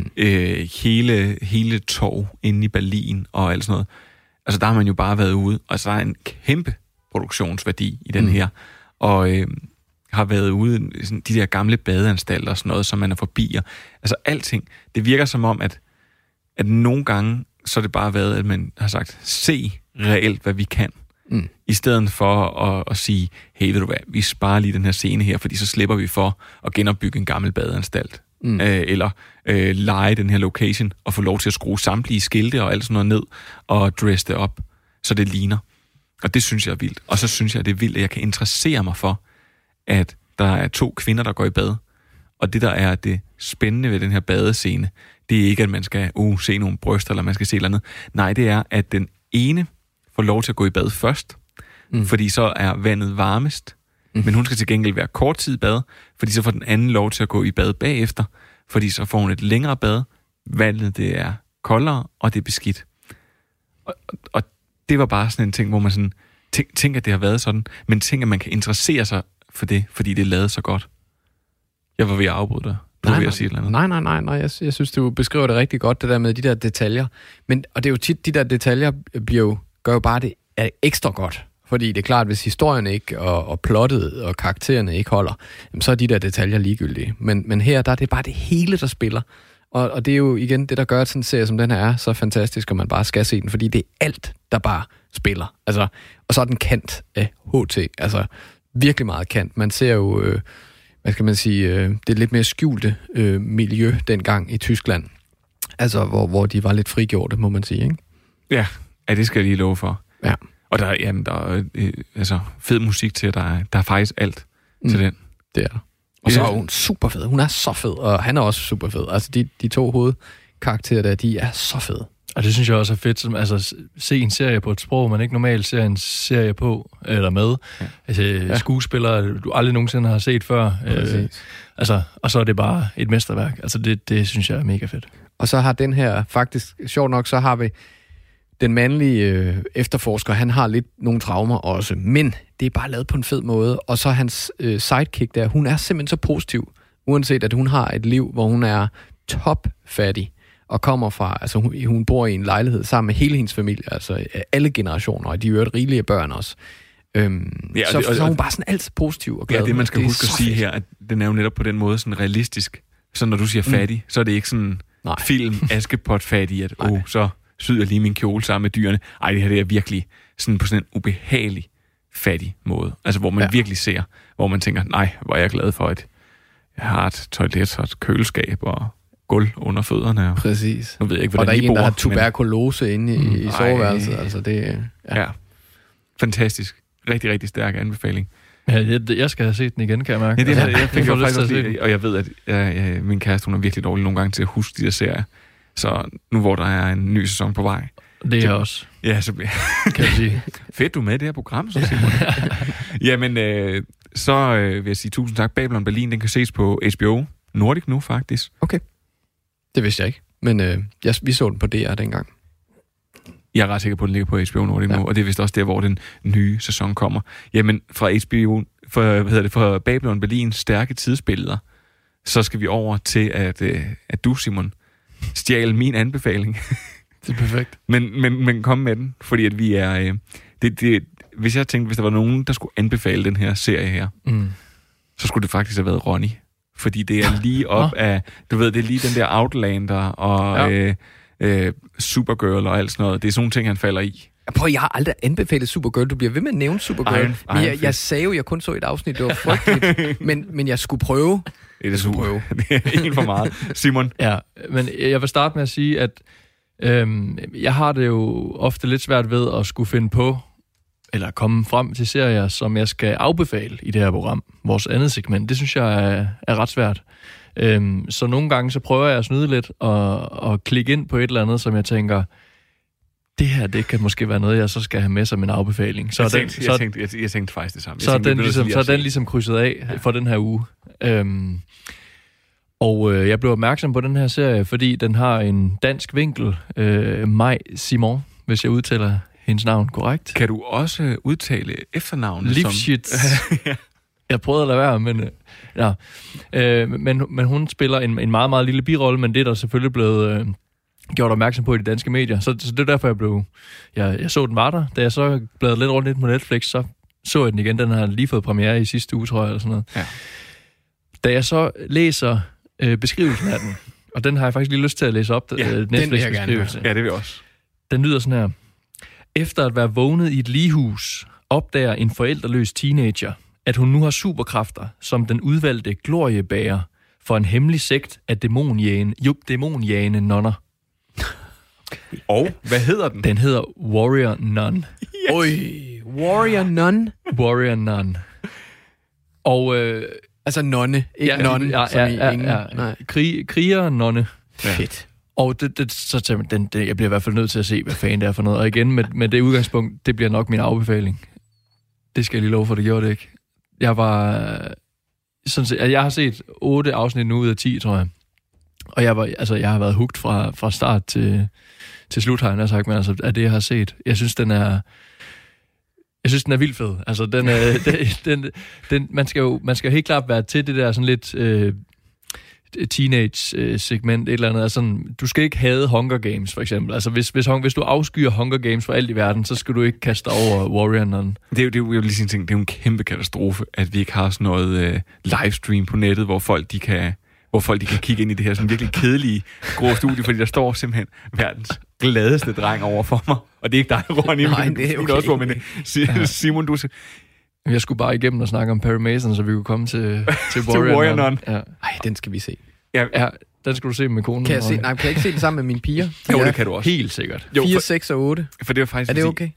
hele tog inde i Berlin og alt sådan noget. Altså, der har man jo bare været ude, og så er en kæmpe produktionsværdi i den her, og har været ude i de der gamle badeanstalter og sådan noget, som man er forbi. Og, altså, alting. Det virker som om, at nogle gange, så er det bare været, at man har sagt, se reelt, hvad vi kan. I stedet for at sige, hey, ved du hvad, vi sparer lige den her scene her, fordi så slipper vi for at genopbygge en gammel badeanstalt. Eller lege den her location og få lov til at skrue samtlige skilte og alt sådan noget ned og dresse det op, så det ligner. Og det synes jeg er vildt. Og så synes jeg, det er vildt, at jeg kan interessere mig for, at der er 2 kvinder, der går i bad. Og det, der er det spændende ved den her badescene, det er ikke, at man skal se nogle bryster, eller man skal se et eller andet. Nej, det er, at den ene får lov til at gå i bad først, fordi så er vandet varmest. Men hun skal til gengæld være kort tid i bad, fordi så får den anden lov til at gå i bad bagefter, fordi så får hun et længere bad. Vandet, det er koldere, og det er beskidt. Og det var bare sådan en ting, hvor man sådan tænker, at det har været sådan, men tænker, at man kan interessere sig for det, fordi det er lavet så godt. Jeg var ved at afbryde dig. Nej. Jeg synes, du beskriver det rigtig godt, det der med de der detaljer. Og det er jo tit, de der detaljer gør jo bare det ekstra godt. Fordi det er klart, hvis historien ikke, og plottet og karaktererne ikke holder, så er de der detaljer ligegyldige. Men her, der er det bare det hele, der spiller. Og det er jo igen det, der gør, at sådan en serie som den her er så fantastisk, og man bare skal se den, fordi det er alt, der bare spiller. Altså, og så er den kant af HT. Altså, virkelig meget kant. Man ser jo, hvad skal man sige, det lidt mere skjulte miljø dengang i Tyskland. Altså, hvor de var lidt frigjorte, må man sige, ikke? Ja, det skal jeg lige love for. Ja. Og der er altså, fed musik til, der er faktisk alt til den. Det er der. Og så er hun super fed. Hun er så fed, og han er også super fed. Altså, de to hovedkarakterer der, de er så fede. Og det synes jeg også er fedt, som, altså se en serie på et sprog, man ikke normalt ser en serie på, eller med. Ja. Altså skuespillere, du aldrig nogensinde har set før. Altså, og så er det bare et mesterværk. Altså det synes jeg er mega fedt. Og så har den her, faktisk, sjovt nok, så har vi den mandlige efterforsker, han har lidt nogle traumer også, men det er bare lavet på en fed måde. Og så hans sidekick der, hun er simpelthen så positiv, uanset at hun har et liv, hvor hun er topfattig, og kommer fra, altså hun bor i en lejlighed sammen med hele hendes familie, altså alle generationer, og de er jo rigelige børn også. Så er hun bare sådan altid positiv og glad. Ja, det man skal huske at sige her, at den er jo netop på den måde sådan realistisk. Så når du siger fattig, så er det ikke sådan film Askepot-fattig, at så syder jeg lige min kjole sammen med dyrene. Ej, det her det er virkelig sådan på sådan en ubehagelig fattig måde. Altså hvor man virkelig ser, hvor man tænker, nej, hvor er jeg glad for, at jeg har et toilet og et køleskab og gulv under fødderne. Præcis. Nu ved jeg ikke, og der er en, der har tuberkulose inde i soveværelset. Altså det, ja. Fantastisk. Rigtig, rigtig stærk anbefaling. Ja, jeg skal have set den igen, kan jeg mærke. Ja, jeg fik jo faktisk også, og jeg ved, at min kæreste, hun er virkelig dårlig nogle gange til at huske de der serier. Så nu, hvor der er en ny sæson på vej. Det er også. Ja, så kan jeg sige. Fedt, du er med i det her program, så Simon. Jamen, så vil jeg sige tusind tak. Babylon Berlin, den kan ses på HBO Nordic nu, faktisk. Okay. Det vidste jeg ikke. Men vi så den på DR dengang. Jeg er ret sikker på, at den ligger på HBO Nordic nu, og det er vist også der, hvor den nye sæson kommer. Jamen, fra HBO, fra Babylon Berlins stærke tidsbilleder, så skal vi over til, at du, Simon, stjal min anbefaling. Det er perfekt. Men kom med den, fordi at vi er... hvis jeg tænkte, hvis der var nogen, der skulle anbefale den her serie her, så skulle det faktisk have været Ronny. Fordi det er lige op af... Du ved, det er lige den der Outlander og Supergirl og alt sådan noget. Det er sådan nogle ting, han falder i. Jeg har aldrig anbefalet Supergirl. Du bliver ved med at nævne Supergirl. Men jeg sagde jo, jeg kun så et afsnit. Det var frygteligt. men jeg skulle prøve. Det er helt for meget. Simon? Ja, men jeg vil starte med at sige, at jeg har det jo ofte lidt svært ved at skulle finde på, eller komme frem til serier, som jeg skal afbefale i det her program. Vores andet segment. Det synes jeg er ret svært. Så nogle gange så prøver jeg at snyde lidt og klikke ind på et eller andet, som jeg tænker, det her, det kan måske være noget, jeg så skal have med som en afbefaling. Jeg tænkte faktisk det samme. Så er den ligesom krydset af for den her uge. Og jeg blev opmærksom på den her serie, fordi den har en dansk vinkel. Maj Simon, hvis jeg udtaler hendes navn korrekt. Kan du også udtale efternavnet? Lifshitz. Jeg prøvede at lade være, men hun spiller en meget, meget lille birolle, men det er der selvfølgelig blevet gjort opmærksom på i de danske medier. Så det er derfor, jeg så den var der. Da jeg så bladrede lidt rundt på Netflix, så jeg den igen. Den har lige fået premiere i sidste uge, tror jeg, eller sådan noget. Ja. Da jeg så læser beskrivelsen af den, og den har jeg faktisk lige lyst til at læse op, Netflix-beskrivelse. Ja, det vil jeg også. Den lyder sådan her. Efter at være vågnet i et ligehus, opdager en forældreløs teenager, at hun nu har superkræfter som den udvalgte gloriebærer for en hemmelig sekt af dæmonjagende nonner. Og hvad hedder den? Den hedder Warrior Nun. Yes. Oj, Warrior Nun? Warrior Nun. Og... altså nonne, ikke nonne, kriger nonne. Fedt. Og jeg bliver i hvert fald nødt til at se, hvad fanden det er for noget. Og igen, med det udgangspunkt, det bliver nok min afbefaling. Det skal jeg lige love for, det gjorde det ikke. Jeg har set 8 afsnit nu ud af 10, tror jeg. Og jeg har været hugt fra start til slut, har jeg sagt, men altså, af det, jeg har set. Jeg synes, den er vildt fed. Altså, man skal jo helt klart være til det der sådan lidt teenage-segment, et eller andet. Altså, du skal ikke hade Hunger Games, for eksempel. Altså, hvis du afskyer Hunger Games for alt i verden, så skal du ikke kaste over Warrior Nun. Det er jo lige sådan ting, det er jo en kæmpe katastrofe, at vi ikke har sådan noget livestream på nettet, hvor folk hvor folk de kan kigge ind i det her sådan virkelig kedelige grå studie, fordi der står simpelthen verdens gladeste dreng over for mig. Og det er ikke dig, Ronny. Nej, det er okay. Også på, men Simon, du... Jeg skulle bare igennem og snakke om Perry Mason, så vi kunne komme til Warrior Nun. Ja. Ej, den skal vi se. Ja, den skal du se med konen. Kan jeg ikke se den sammen med mine piger? Jo, det kan du også. Helt sikkert. 4, 6 og 8. For det var faktisk... Er det okay?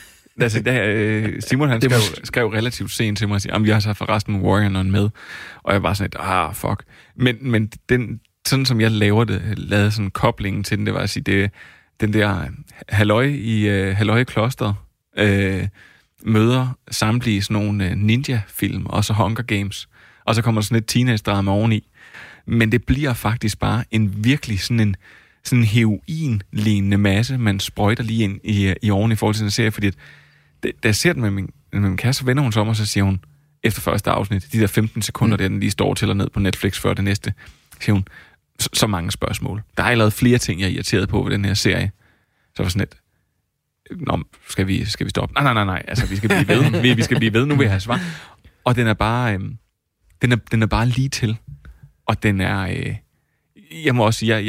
Altså, Simon han skrev relativt sent til mig og siger, vi har så forresten Warrior Nun med. Og jeg var sådan et, fuck. Men sådan som jeg lavede sådan koblingen til den, det var at sige, den der halløj i kloster møder samtlige sådan nogle ninja-film, og så Hunger Games, og så kommer der sådan et teenage-drama oveni. Men det bliver faktisk bare en virkelig sådan en heroin-lignende masse, man sprøjter lige ind i oven i forhold til den serie, fordi da jeg ser den med min kæreste, så vender hun sig om, og så siger hun, efter første afsnit, de der 15 sekunder, der den lige står til og ned på Netflix før det næste, siger hun, så mange spørgsmål. Der er lavet flere ting, jeg er irriteret på ved den her serie. Så var sådan et, skal vi stoppe? Nej, altså vi skal blive ved. Vi skal blive ved, nu vil jeg have svar. Og den er bare, den er bare lige til. Og den er, jeg må også sige,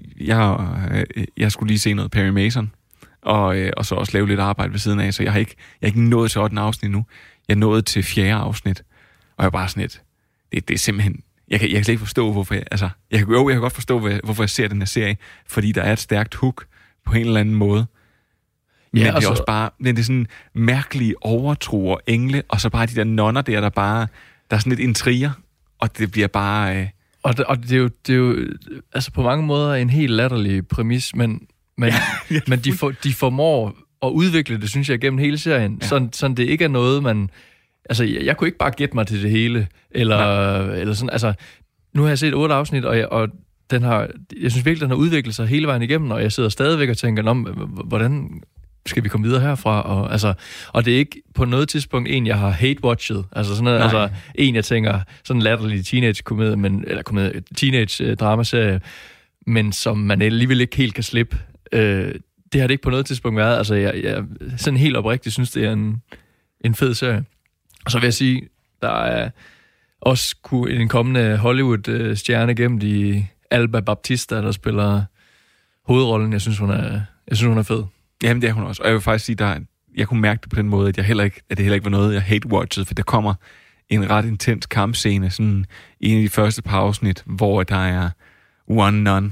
jeg skulle lige se noget Perry Mason, og så også lave lidt arbejde ved siden af, så jeg har ikke nået til 8. afsnit nu. Jeg nåede til 4. afsnit, og jeg er bare sådan et, det er simpelthen, jeg kan slet ikke forstå, hvorfor jeg kan godt forstå, hvorfor jeg ser den her serie, fordi der er et stærkt hook på en eller anden måde. Men det er også bare, det er sådan mærkelige overtro og engle, og så bare de der nonner der er sådan lidt intriger, og det bliver bare... Og det er jo altså på mange måder en helt latterlig præmis, men de formår at udvikle det, synes jeg, gennem hele serien, sådan det ikke er noget, man... Altså, jeg kunne ikke bare gætte mig til det hele, eller sådan, altså... Nu har jeg set 8 afsnit, og jeg synes virkelig, den har udviklet sig hele vejen igennem, og jeg sidder stadigvæk og tænker, hvordan skal vi komme videre herfra? Og det er ikke på noget tidspunkt en, jeg har hate-watchet. Altså sådan noget, altså en, jeg tænker, sådan en latterlig teenage-komedie, eller teenage-dramaserie, men som man alligevel ikke helt kan slippe. Det har det ikke på noget tidspunkt været. Altså, jeg sådan helt oprigtigt synes, det er en fed serie. Og så vil jeg sige, der er også en kommende Hollywood-stjerne gennem de Alba Baptista, der spiller hovedrollen. Jeg synes, hun er fed. Jamen, det er hun også. Og jeg vil faktisk sige, jeg kunne mærke det på den måde, at det heller ikke var noget, jeg hate-watchede, for der kommer en ret intens kampscene, sådan en af de første par afsnit, hvor der er one nun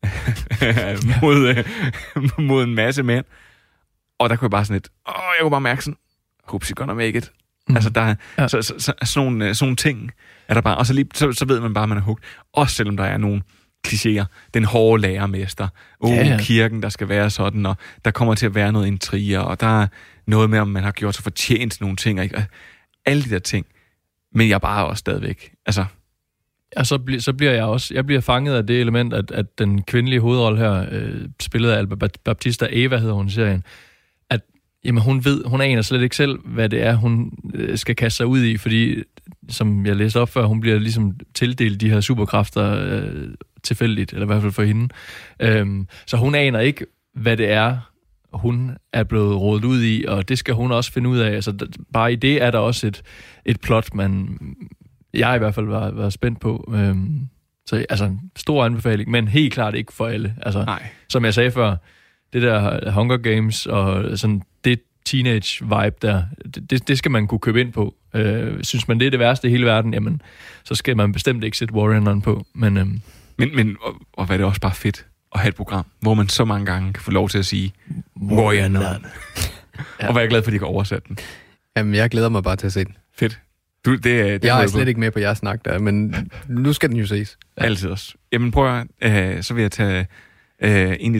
mod en masse mænd. Og der kunne jeg bare sådan jeg kunne bare mærke sådan, hope she gonna make it. Altså, der er sådan nogle ting, er der bare, og så ved man bare, at man er hooked. Også selvom der er nogle klichéer. Den hårde lærermester. Kirken, der skal være sådan, og der kommer til at være noget intriger, og der er noget med, om man har gjort sig fortjent til nogle ting, ikke? Alle de der ting. Men jeg er bare også stadigvæk. Altså. Ja, så bliver jeg også... Jeg bliver fanget af det element, at den kvindelige hovedrolle her, spillet af Alba Baptista, Eva hedder hun i serien, at jamen, hun aner slet ikke selv, hvad det er, hun skal kaste sig ud i, fordi, som jeg læste op før, hun bliver ligesom tildelt de her superkræfter tilfældigt, eller i hvert fald for hende. Så hun aner ikke, hvad det er, hun er blevet rodet ud i, og det skal hun også finde ud af. Altså, bare i det er der også et plot, jeg i hvert fald var spændt på. Så altså, stor anbefaling, men helt klart ikke for alle. Altså, som jeg sagde før, det der Hunger Games og sådan det teenage-vibe der, det skal man kunne købe ind på. Synes man, det er det værste i hele verden, jamen, så skal man bestemt ikke sætte Warrior Nun på. Men hvad er det også bare fedt at have et program, hvor man så mange gange kan få lov til at sige Warrior Nun. Og hvor jeg er glad for, at de kan oversætte den. Jamen, jeg glæder mig bare til at se den. Fedt. Jeg er slet ikke med på jeres snak der, men nu skal den jo ses. Altid også. Jamen prøv at, så vil jeg tage egentlig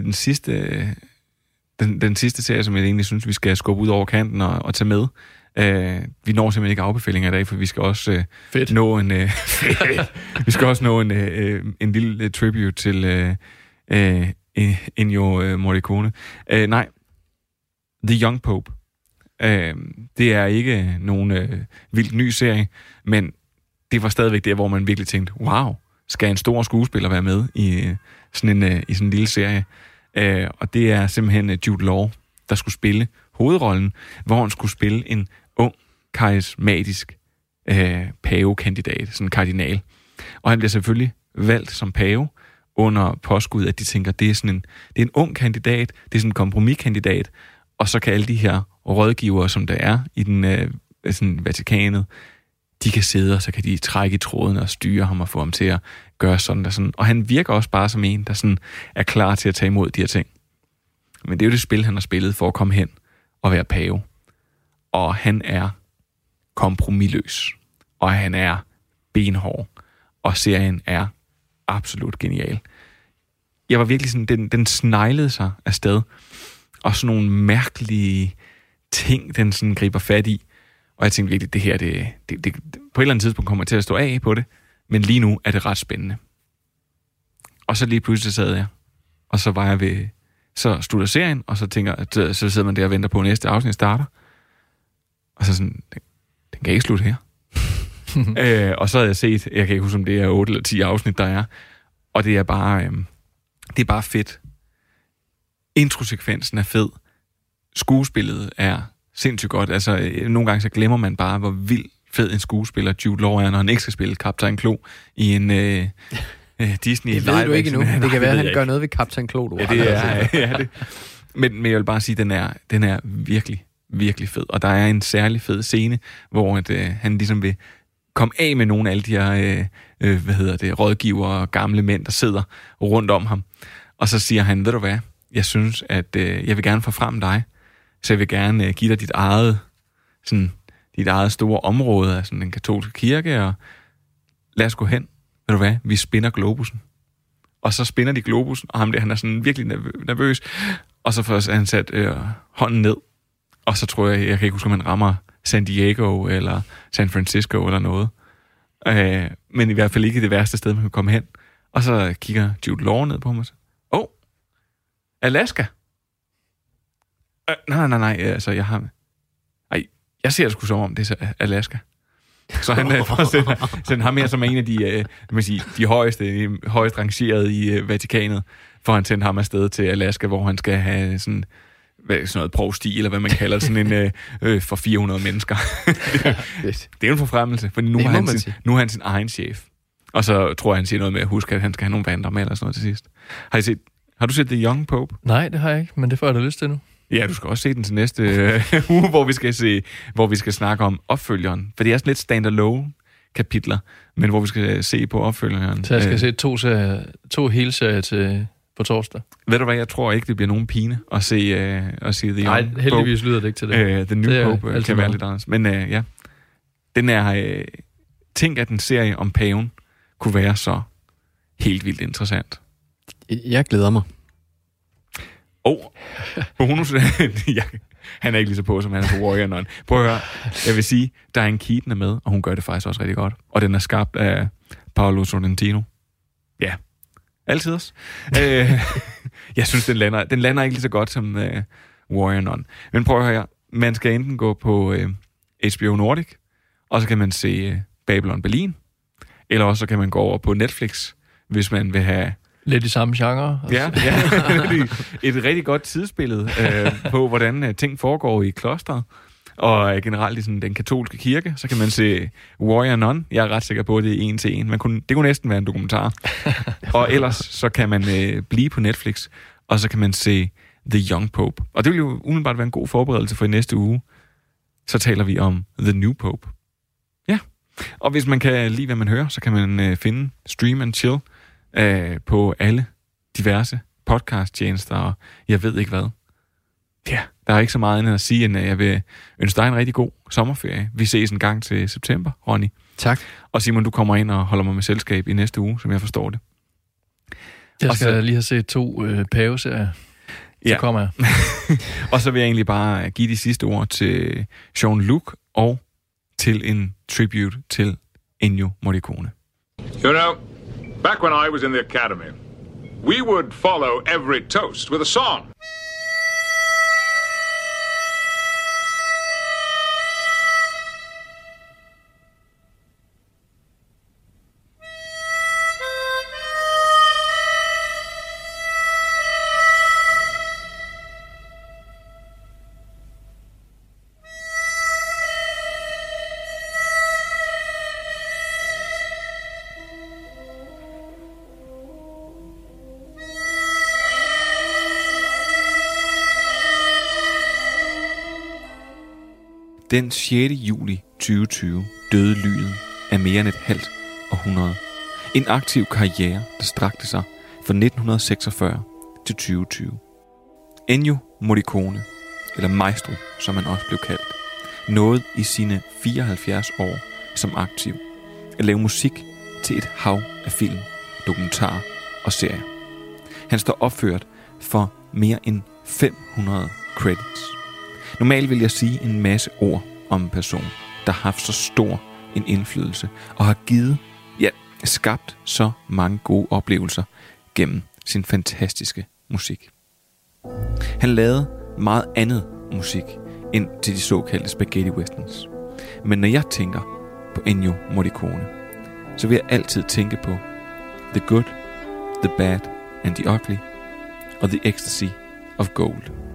den sidste serie, som jeg egentlig synes, vi skal skubbe ud over kanten og tage med. Vi når simpelthen ikke afbefalinger i dag, for vi skal også nå en lille tribute til Ennio Morricone. Nej, The Young Pope. Det er ikke nogen vildt ny serie, men det var stadigvæk der, hvor man virkelig tænkte, wow, skal en stor skuespiller være med i sådan en lille serie? Og det er simpelthen Jude Law, der skulle spille hovedrollen, hvor han skulle spille en ung, karismatisk pavekandidat, sådan en kardinal. Og han bliver selvfølgelig valgt som pave under påskud, at de tænker, det er en ung kandidat, det er sådan en kompromiskandidat, og så kan alle de her rådgivere, som der er i den sådan Vatikanet, de kan sidde, og så kan de trække i tråden og styre ham og få ham til at gøre sådan og sådan. Og han virker også bare som en, der sådan er klar til at tage imod de her ting. Men det er jo det spil, han har spillet for at komme hen og være pave. Og han er kompromisløs. Og han er benhård. Og serien er absolut genial. Jeg var virkelig sådan, den sneglede sig afsted. Og sådan nogle mærkelige ting, den sådan griber fat i. Og jeg tænkte virkelig, det her, det på et eller andet tidspunkt kommer til at stå af på det. Men lige nu er det ret spændende. Og så lige pludselig sad jeg. Og så var jeg ved... Så slutter serien, og så så sidder man der og venter på, at næste afsnit starter. Og så sådan, den kan ikke slutte her. Og så havde jeg set, jeg kan ikke huske, om det er 8 eller 10 afsnit, der er. Og det er bare fedt. Introsekvensen er fed. Skuespillet er sindssygt godt. Altså, nogle gange så glemmer man bare, hvor vild fed en skuespiller Jude Law er, når han ikke skal spille Kaptajn Klo i en Disney live. Det ved du ikke endnu. Det kan være, at han gør noget ved Kaptajn Klo, du. Ja, det er det. Men jeg vil bare sige, den er virkelig, virkelig fed. Og der er en særlig fed scene, hvor han ligesom vil komme af med nogle af alle de her, rådgivere og gamle mænd, der sidder rundt om ham. Og så siger han, ved du hvad, jeg synes, at jeg vil gerne forfremme dig, så jeg vil gerne give dig dit eget store område af sådan den katolske kirke, og lad os gå hen. Ved du hvad, vi spinder globussen. Og så spinder de globussen, og ham der, han er sådan virkelig nervøs, og så får han sat hånden ned, og så tror jeg kan ikke huske, om han rammer San Diego, eller San Francisco, eller noget. Men i hvert fald ikke det værste sted, man kan komme hen. Og så kigger Jude Law ned på ham og siger, Alaska? Nej, altså jeg ser det sgu som om, det er Alaska. Så han har mere som en af de højeste rangerede i Vatikanet, for han sendte ham afsted til Alaska, hvor han skal have sådan noget provsti, eller hvad man kalder det, sådan en for 400 mennesker. Det er en forfremmelse, for nu er han sin egen chef. Og så tror jeg, han siger noget med at huske, at han skal have nogle vandre med, eller sådan noget til sidst. Har du set The Young Pope? Nej, det har jeg ikke, men det får jeg da lyst til nu. Ja, du skal også se den til næste uge, hvor vi skal snakke om opfølgeren. For det er sådan lidt stand-alone kapitler, men hvor vi skal se på opfølgeren. Så jeg skal se to hele serier på torsdag. Ved du hvad, jeg tror ikke, det bliver nogen pine at se The Young Pope. Nej, heldigvis lyder det ikke til det. The New Pope kan være lidt anderledes. Men ja, den er... tænk, at en serie om paven kunne være så helt vildt interessant. Jeg glæder mig. Bonus. Han er ikke lige så på, som han er på Warrior Nun. Prøv at høre. Jeg vil sige, Diane Keaton er med, og hun gør det faktisk også rigtig godt. Og den er skabt af Paolo Sorrentino. Ja. Altid også. Jeg synes, den lander ikke lige så godt som Warrior Nun. Men prøv at høre. Man skal enten gå på HBO Nordic, og så kan man se Babylon Berlin, eller også så kan man gå over på Netflix, hvis man vil have... Lidt i samme genre. Ja. Et rigtig godt tidsbillede på, hvordan ting foregår i klosteret, og generelt i sådan den katolske kirke. Så kan man se Warrior Nun. Jeg er ret sikker på, at det er 1 til 1. Det kunne næsten være en dokumentar. Og ellers så kan man blive på Netflix, og så kan man se The Young Pope. Og det vil jo umiddelbart være en god forberedelse for i næste uge. Så taler vi om The New Pope. Ja. Og hvis man kan lide, hvad man hører, så kan man finde Stream and Chill på alle diverse podcast-tjenester, og jeg ved ikke hvad. Ja, der er ikke så meget andet at sige, end at jeg vil ønske dig en rigtig god sommerferie. Vi ses en gang til september, Ronny. Tak. Og Simon, du kommer ind og holder mig med selskab i næste uge, som jeg forstår det. Jeg skal lige have set 2 paveserier. Så kommer jeg. Og så vil jeg egentlig bare give de sidste ord til Jean-Luc og til en tribute til Ennio Morricone. You know, back when I was in the academy, we would follow every toast with a song. Den 6. juli 2020 døde lyden af mere end et halvt århundrede. En aktiv karriere, der strakte sig fra 1946 til 2020. Ennio Morricone, eller Maestro, som han også blev kaldt, nåede i sine 74 år som aktiv at lave musik til et hav af film, dokumentarer og serier. Han står opført for mere end 500 credits. Normalt vil jeg sige en masse ord om en person, der har haft så stor en indflydelse og har skabt så mange gode oplevelser gennem sin fantastiske musik. Han lavede meget andet musik end til de såkaldte spaghetti westerns. Men når jeg tænker på Ennio Morricone, så vil jeg altid tænke på The Good, The Bad and The Ugly og The Ecstasy of Gold.